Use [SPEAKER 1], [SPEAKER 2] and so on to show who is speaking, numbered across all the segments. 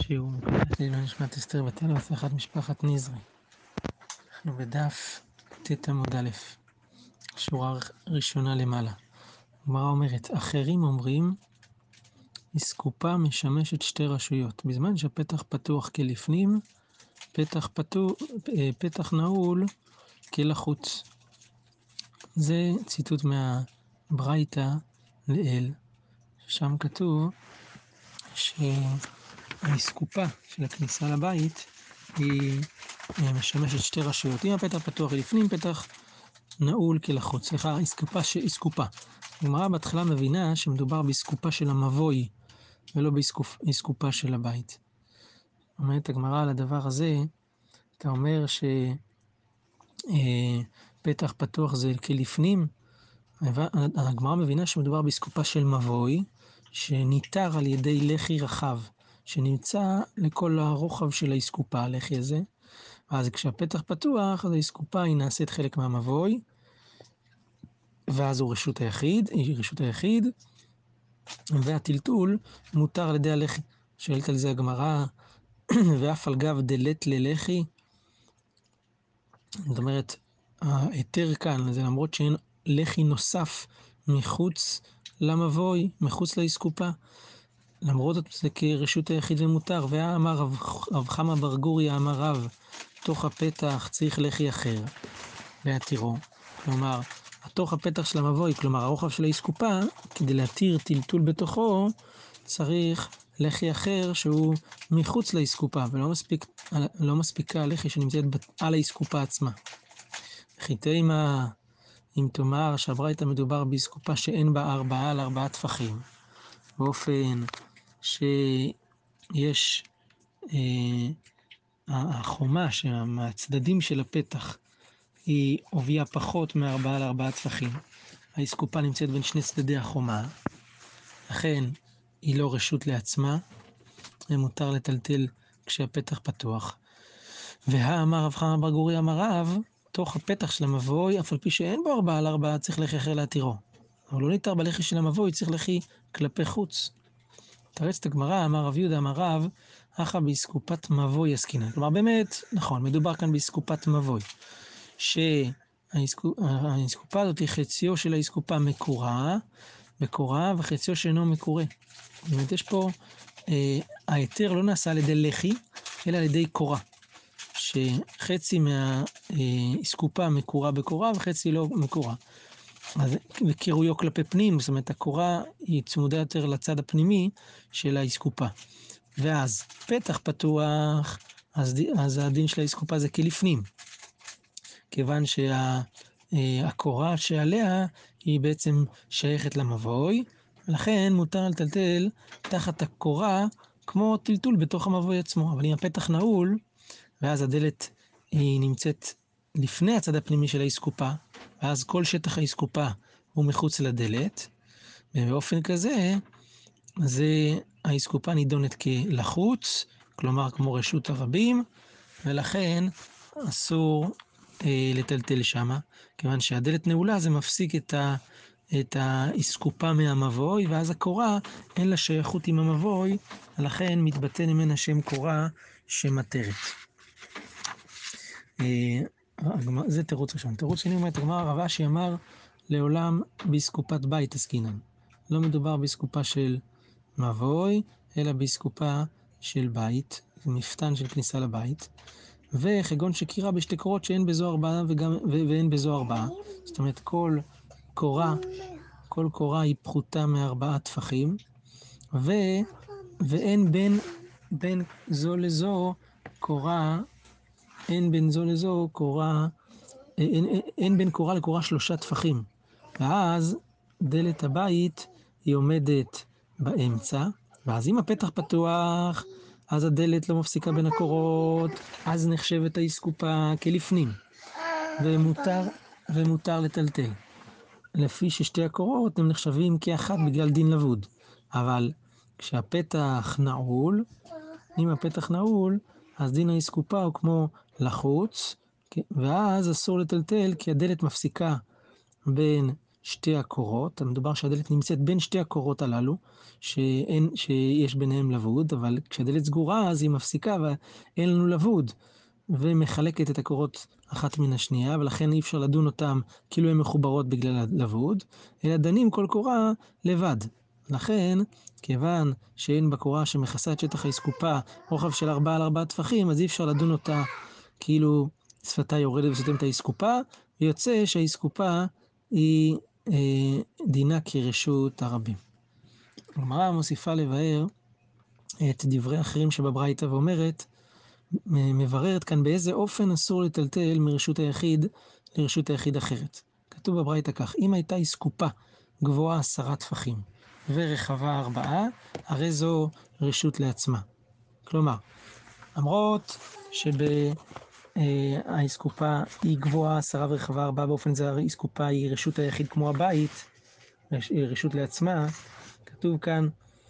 [SPEAKER 1] שיעור מקודש לעילוי נשמת אסתר בת אל והצלחת משפחת נזרי. אנחנו בדף ט' עמוד א', שורה ראשונה למעלה. הגמרא אומרת, אחרים אומרים, אסקופה משמשת שתי רשויות. בזמן שהפתח פתוח כלפנים, פתח נעול כלחוץ. זה ציטוט מהברייתא לאל, שם כתוב שהאסקופה של הכניסה לבית היא משמשת שתי רשויות. אם הפתח פתוח לפנים, פתח נעול כלחוץ. סליחה, אסקופה. הגמרא בהתחלה מבינה שמדובר באסקופה של המבוי ולא באסקופה של הבית. אומרת הגמרא על הדבר הזה, אתה אומר שפתח פתוח זה כלפנים, הגמרא מבינה שמדובר באסקופה של מבוי שניתר על ידי לחי רחב שנמצא לכל הרוחב של האסקופה, הלחי הזה. אז כשהפתח פתוח, אז האסקופה היא נעשית חלק מהמבוי, ואז הוא רשות היחיד, והטלטול מותר על ידי הלחי. שואלת על זה הגמרא, ואף על גב דלת ללחי. זאת אומרת, היתר כאן, זה למרות שאין לחי נוסף מחוץ למבוי, מחוץ לאסקופה, למרות זה כרשות היחיד ומותר. ואמר רב חמא בר גוריא אמר רב, תוך הפתח צריך לחי אחר להתירו. כלומר, תוך הפתח של המבוי, כלומר הרוחב של האסקופה, כדי להתיר טלטול בתוכו, צריך לחי אחר שהוא מחוץ לאסקופה, ולא מספיקה לחי שנמצאת על האסקופה עצמה. חיתימה, אם תאמר שהברייתא מדובר באסקופה שאין בה 4 על 4 טפחים, באופן שיש החומה מהצדדים של הפתח היא עובייה פחות מ4 על 4 טפחים. האסקופה נמצאת בין שני צדדי החומה, לכן היא לא רשות לעצמה, ומותר לטלטל כשהפתח פתוח. והאמר רב חמא בר גוריא אמר רב, תוך הפתח של המבוי, אף על פי שאין בו 4 על 4, צריך לחי אחר להתירו. אבל לא ניתר בלחי של המבוי, צריך לחי כלפי חוץ. תרץ את הגמרא, אמר רב יהודה אמר רב, אחא באסקופת מבוי עסקינן. כלומר באמת, נכון, מדובר כאן באסקופת מבוי, שהאסקופה הזאת היא חציו של האסקופה מקורה, וחציו שאינו מקורה. זאת אומרת, יש פה, היתר לא נעשה על ידי לחי, אלא על ידי קורה. שחצי מהאסקופה מקורה בקורה, וחצי לא מקורה. וקירויו כלפי פנים, זאת אומרת, הקורה היא צמודה יותר לצד הפנימי של האסקופה. ואז פתח פתוח, אז הדין של האסקופה זה כלפנים. כיוון שהקורה שעליה היא בעצם שייכת למבוי, לכן מותר לטלטל תחת הקורה כמו טלטול בתוך המבוי עצמו. אבל אם הפתח נעול, ואז הדלת היא נמצאת לפני הצד הפנימי של האסקופה, ואז כל שטח האסקופה הוא מחוץ לדלת, ובאופן כזה, אז האסקופה נידונת כלחוץ, כלומר כמו רשות הרבים, ולכן אסור לטלטל שמה, כיוון שהדלת נעולה זה מפסיק את האסקופה מהמבוי, ואז הקורה אין לה שייכות עם המבוי, לכן מתבטא ממנה שם קורה שמתרת. זה תירוץ ראשון. תירוץ שני אומרת הגמרא, רב אשי אמר לעולם באסקופת בית עסקינן. לא מדובר באסקופה של מבוי, אלא באסקופה של בית, זה מפתן של כניסה לבית, וכגון שקירה בשתי קורות שאין בזו 4 ואין בזו 4. זאת אומרת, כל קורה היא פחותה מ4 טפחים, ואין בין זו לזו קורה, אין בין קורה לקורה 3 טפחים. ואז דלת הבית היא עומדת באמצע, ואז אם הפתח פתוח, אז הדלת לא מפסיקה בין הקורות, אז נחשבת האסקופה כלפנים, ומותר לטלטל. לפי ששתי הקורות הם נחשבים כאחת בגלל דין לבוד. אבל כשהפתח נעול, אם הפתח נעול, אז דין האסקופה הוא כמו לחוץ, ואז אסור לטלטל כי הדלת מפסיקה בין שתי הקורות, המדובר שהדלת נמצאת בין שתי הקורות הללו, שיש ביניהם לבוד, אבל כשהדלת סגורה אז היא מפסיקה ואין לנו לבוד, ומחלקת את הקורות אחת מן השנייה, ולכן אי אפשר לדון אותם כאילו הן מחוברות בגלל הלבוד, אלא דנים כל קורה לבד. לכן, כיוון שאין בקורה שמכסה את שטח האסקופה רוחב של 4 על 4 טפחים, אז אי אפשר לדון אותה כאילו שפתה יורדת וסותם את האסקופה, ויוצא שהאסקופה היא דינה כרשות הרבים. הגמרא מוסיפה לבאר את דברי אחרים שבברייתא ואומרת, מבררת כאן באיזה אופן אסור לטלטל מרשות היחיד לרשות היחיד אחרת. כתוב בברייתא כך, אם הייתה אסקופה גבוהה 10 טפחים ורחבה 4, הרי זו רשות לעצמה. כלומר, למרות שהאסקופה היא גבוהה 10 ורחבה 4, באופן זה האסקופה היא רשות היחיד כמו הבית, רשות לעצמה, כתוב כאן,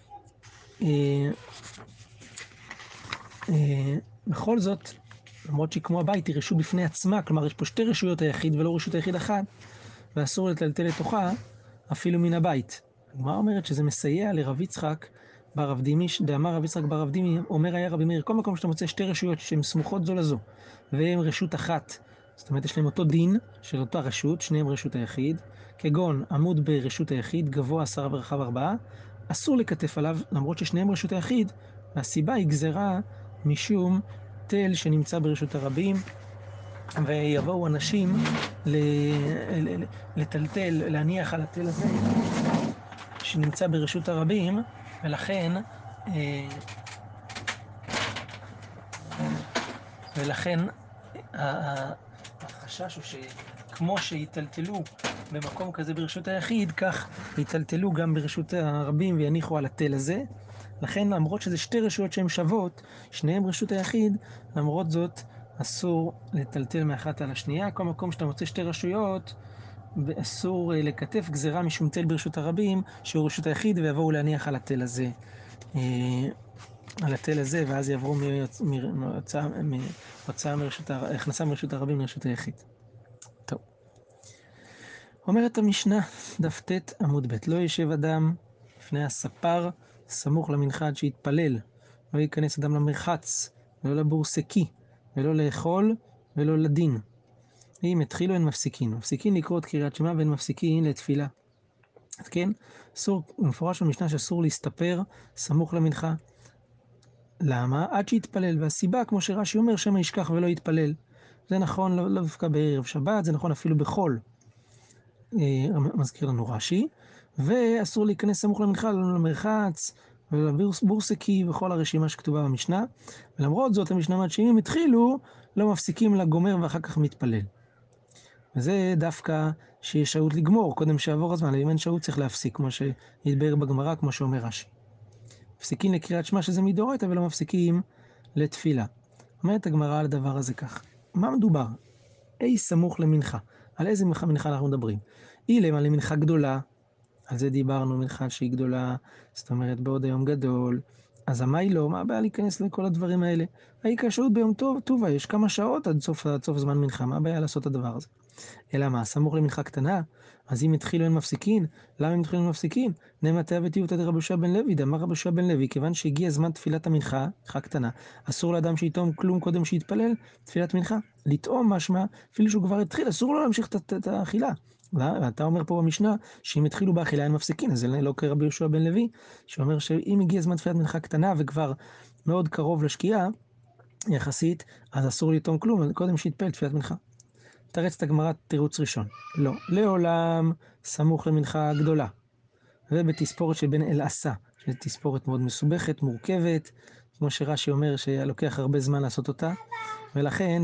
[SPEAKER 1] בכל זאת, למרות שהיא כמו הבית, היא רשות בפני עצמה, כלומר יש פה שתי רשויות היחיד ולא רשות היחיד אחת, ואסור לטלטל לתוכה אפילו מן הבית. הגמרא אומרת שזה מסייע לרב יצחק ברב דימי, דאמר רב יצחק ברב דימי, אומר היה רבי מאיר, כל מקום שאתה מוצא שתי רשויות שהן סמוכות זו לזו, והן רשות אחת, זאת אומרת יש להם אותו דין של אותה רשות, שניהם רשות היחיד, כגון עמוד ברשות היחיד, גבוה 10 ורחב 4, אסור לקטף עליו, למרות ששניהם רשות היחיד, והסיבה היא גזרה משום תל שנמצא ברשות הרבים, ויבואו אנשים לטלטל, להניח על התל הזה שנמצא ברשות הרבים, ולכן החשש הוא שכמו שיטלטלו במקום כזה ברשות היחיד, כך יטלטלו גם ברשות הרבים ויניחו על התל הזה. לכן למרות שזה שתי רשויות שהן שוות, שניהם רשות היחיד, למרות זאת אסור לטלטל מאחת על השנייה. כל מקום שאתה מוצא שתי רשויות, אסור לקטף גזרה משום תל ברשות הרבים שהוא רשות היחיד, ויבואו להניח על התל הזה, ואז יעברו הכנסה מרשות הרבים לרשות היחיד. טוב. אומרת המשנה, דף ט' עמוד ב', לא ישב אדם לפני הספר סמוך למנחה עד שיתפלל, לא ייכנס אדם למרחץ, ולא לבורסקי, ולא לאכול, ולא לדין. אם התחילו הן מפסיקין. מפסיקין לקרוא את קריאת שמע והן מפסיקין לתפילה. אז כן, אסור, מפורש במשנה שאסור להסתפר סמוך למנחה. למה? עד שיתפלל. והסיבה, כמו שרש"י אומר, שמא ישכח ולא יתפלל. זה נכון לא דווקא בערב שבת, זה נכון אפילו בחול. מזכיר לנו רש"י. ואסור להיכנס סמוך למנחה, לא למרחץ, ולבורסקי וכל הרשימה שכתובה במשנה. ולמרות זאת, המשנה אומרת שאם הם התחילו, לא מפסיקים לגומר ואחר כך מתפלל. וזה דווקא שיש שהות לגמור, קודם שעבור הזמן, אם אין שהות צריך להפסיק, כמו שהתבאר בגמרא, כמו שאומר רש"י. מפסיקים לקריאת שמע שזה מדאורייתא, ולא מפסיקים לתפילה. אומרת הגמרא על הדבר הזה כך. מה מדובר? אי סמוך למנחה. על איזה מנחה אנחנו מדברים? אילם על מנחה גדולה, על זה דיברנו, מנחה שהיא גדולה, זאת אומרת בעוד היום גדול, אז המאי לא, מה הבעיה להיכנס לכל הדברים האלה? העיקר שהות ביום טובה, יש כמה שעות עד סוף זמן מנחה, מה הבעיה לעשות את הדבר הזה? אלא מה, סמוך למנחה קטנה? אז אם התחילו אין מפסיקין, למה הם התחילו אין מפסיקין? נמתיה ותיותא דרבי יהושע בן לוי, דאמר רבי יהושע בן לוי, כיוון שהגיע זמן תפילת המנחה, מנחה קטנה, אסור לאדם שיטום כלום קודם שיתפלל תפילת מנחה. לטעום משמע, אפילו שהוא כבר התחיל, אסור לו להמשיך את האכילה. ואתה אומר פה במשנה, שאם התחילו באכילה אין מפסיקין, אז זה לא כרבי יהושע בן לוי, שאומר שאם הגיע זמן תפילת מנחה קטנה וכבר מאוד קרוב לשקיעה, יחסית, אז אסור לטעום כלום, קודם שיתפלל תפילת מנחה. תרץ הגמרא תירוץ ראשון. לא. לעולם סמוך למנחה גדולה. ובתספורת של בן אלעשה, שזו תספורת מאוד מסובכת, מורכבת, כמו שרש"י אומר שלוקח הרבה זמן לעשות אותה, ולכן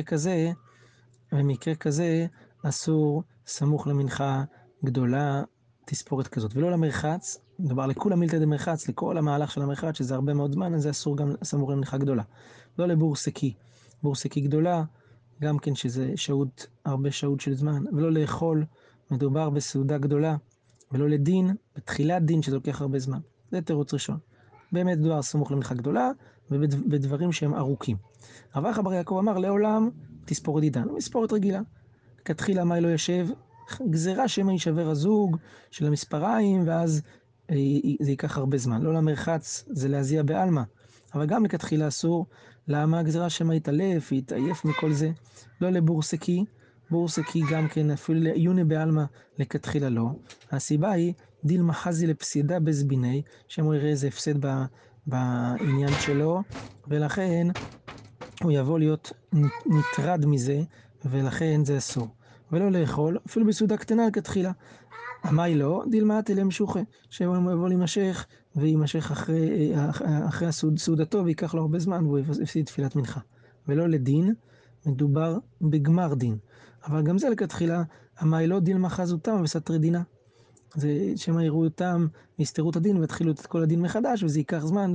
[SPEAKER 1] במקרה כזה אסור סמוך למנחה גדולה, תספורת כזאת. ולא למרחץ, מדובר לכולה מילתא דמרחץ, לכל המהלך של המרחץ, שזה הרבה מאוד זמן, אז זה אסור גם סמוך למנחה גדולה. לא לבורסקי, בורסקי גדולה, גם כן שזה הרבה שהות של זמן, ולא לאכול, מדובר בסעודה גדולה, ולא לדין, בתחילת דין שזה לוקח הרבה זמן. זה תירוץ ראשון. באמת מדובר סמוך למנחה גדולה, ובדברים שהם ארוכים. רב אחא בר יעקב אמר, לעולם תספורת עידן, מספורת רגילה. כתחילה מאי לא יושב, גזירה שמא יישבר הזוג של המספריים, ואז זה ייקח הרבה זמן. לא למרחץ, זה להזיע בעלמא. אבל גם לכתחילה אסור, למה הגזירה שמא יתעלף, יתעייף מכל זה. לא לבורסקי, בורסקי גם כן, אפילו לעיוני בעלמא לכתחילה לא. הסיבה היא, דילמה חזי לפסידה בזביני, שמו יראה איזה הפסד בעניין שלו, ולכן הוא יבוא להיות נטרד מזה, ולכן זה אסור. ולא לאכול, אפילו בסעודה קטנה לכתחילה. אמי לא, דילמת אלה משוחה, שהוא יבוא להימשך, ויימשך אחרי סעודתו, ויקח לו הרבה זמן, והוא יפסיד תפילת מנחה. ולא לדין, מדובר בגמר דין. אבל גם זה לכתחילה, אמי לא דילמה חזותם וסתרי דינה. זה שמא יראו אותם, יסתרו את הדין, ויתחילו את כל הדין מחדש, וזה ייקח זמן,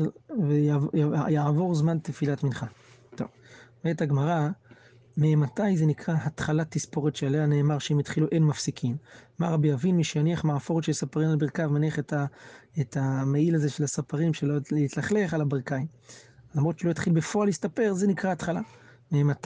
[SPEAKER 1] ויעבור זמן תפילת מנחה. טוב, ואת הגמרא, ממתי זה נקרא התחלת תספורת שעליה נאמר שאם התחילו אין מפסיקים? מה רבי אבין, מי שיניח מעפורת של ספרים על ברכיו, מניח את המעיל הזה של הספרים שלא להתלכלך על הברכיים. למרות שלא התחיל בפועל להסתפר, זה נקרא התחלה. ממתי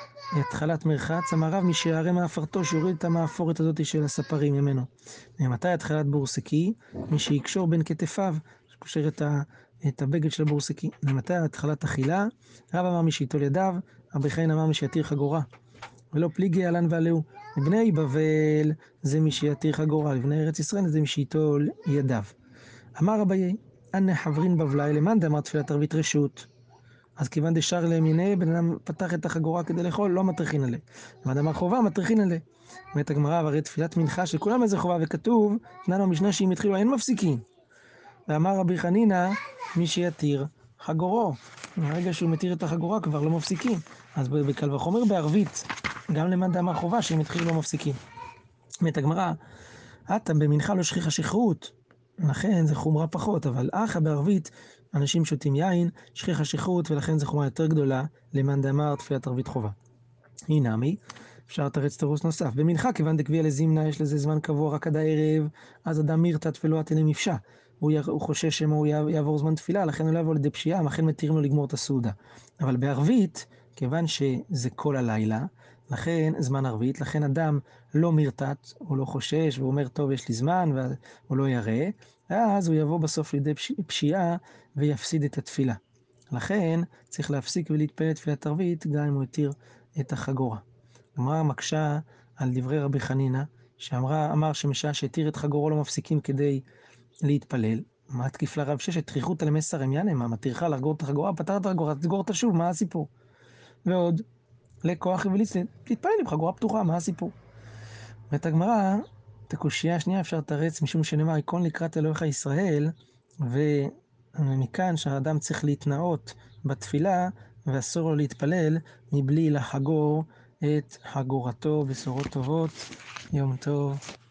[SPEAKER 1] התחלת מרחץ? אמר רב, מי שיערה מעפרתו, שיוריד את המעפורת הזאת של הספרים ממנו. ממתי התחלת בורסקי? מי שיקשור בין כתפיו, שקושר את הבגד של הבורסקי. ממתי התחלת אכילה? רב אמר מי שיטול ידיו, רבי חיים אמר מי שיתיר חגורה. ולא פליגי עלן ועלהו. לבני בבל זה מי שיתיר חגורה, לבני ארץ ישראל זה מי שיטול ידיו. אמר רבי, אנא חברין בבלי למאן דאמר תפילת ערבית רשות. אז כיוון דשר לימיני, בן אדם פתח את החגורה כדי לאכול, לא מטריחין עליה. למאן דאמר חובה, מטריחין עליה. אומרת הגמרא, הרי תפילת מנחה שכולם איזה חובה, וכתוב, תנן במשנה שאם התחילו אין מפסיקים. ואמר רבי חנינא, מי שיתיר חגורו. מהרגע שהוא מתיר את החגורה כבר לא מפסיקים. אז בקל וחומר בערבית, גם למאן דאמר חובה שאם התחילו לא מפסיקים. אומרת הגמרא, אתה במנחה לא שכיחה שכרות, לכן זה חומרה פחות, אבל אחא בערבית אנשים שותים יין, שכיחה שכרות, ולכן זה חומרה יותר גדולה למאן דאמר תפילת ערבית חובה. הינמי, אפשר לתרץ תירוץ נוסף. במנחה כיוון דקביע לזימנה יש לזה זמן קבוע רק עד הערב, אז אדם מירתת ולא עטה למפשע. הוא חושש שמה הוא יעבור זמן תפילה, לכן הוא לא יבוא לידי פשיעה, לכן מתירים לו לגמור את הסעודה. אבל בערבית, כיוון שזה כל הלילה, לכן זמן ערבית, לכן אדם לא מירתת, הוא לא חושש, והוא אומר טוב יש לי זמן, והוא לא יראה, אז הוא יבוא בסוף לידי פשיעה ויפסיד את התפילה. לכן צריך להפסיק ולהתפלל תפילת ערבית גם אם הוא התיר את החגורה. הגמרא מקשה על דברי רבי חנינא, שאמר שמשעה שהתיר את חגורו לא מפסיקים כדי להתפלל. מה תקיף לרב ששת? טריחותא למסר עמייני, מה מתירך לחגור את החגורה? פתרת את החגורה, תסגור אותה שוב, מה הסיפור? ועוד, לכוח להתפלל עם חגורה פתוחה, מה הסיפור? ואת הגמרא, את הקושייה השנייה אפשר לתרץ, משום שנאמר, יקון לקראת אלוהיך ישראל, ומכאן שהאדם צריך להתנאות בתפילה, ואסור לו להתפלל, מבלי לחגור את חגורתו. בשורות טובות, יום טוב.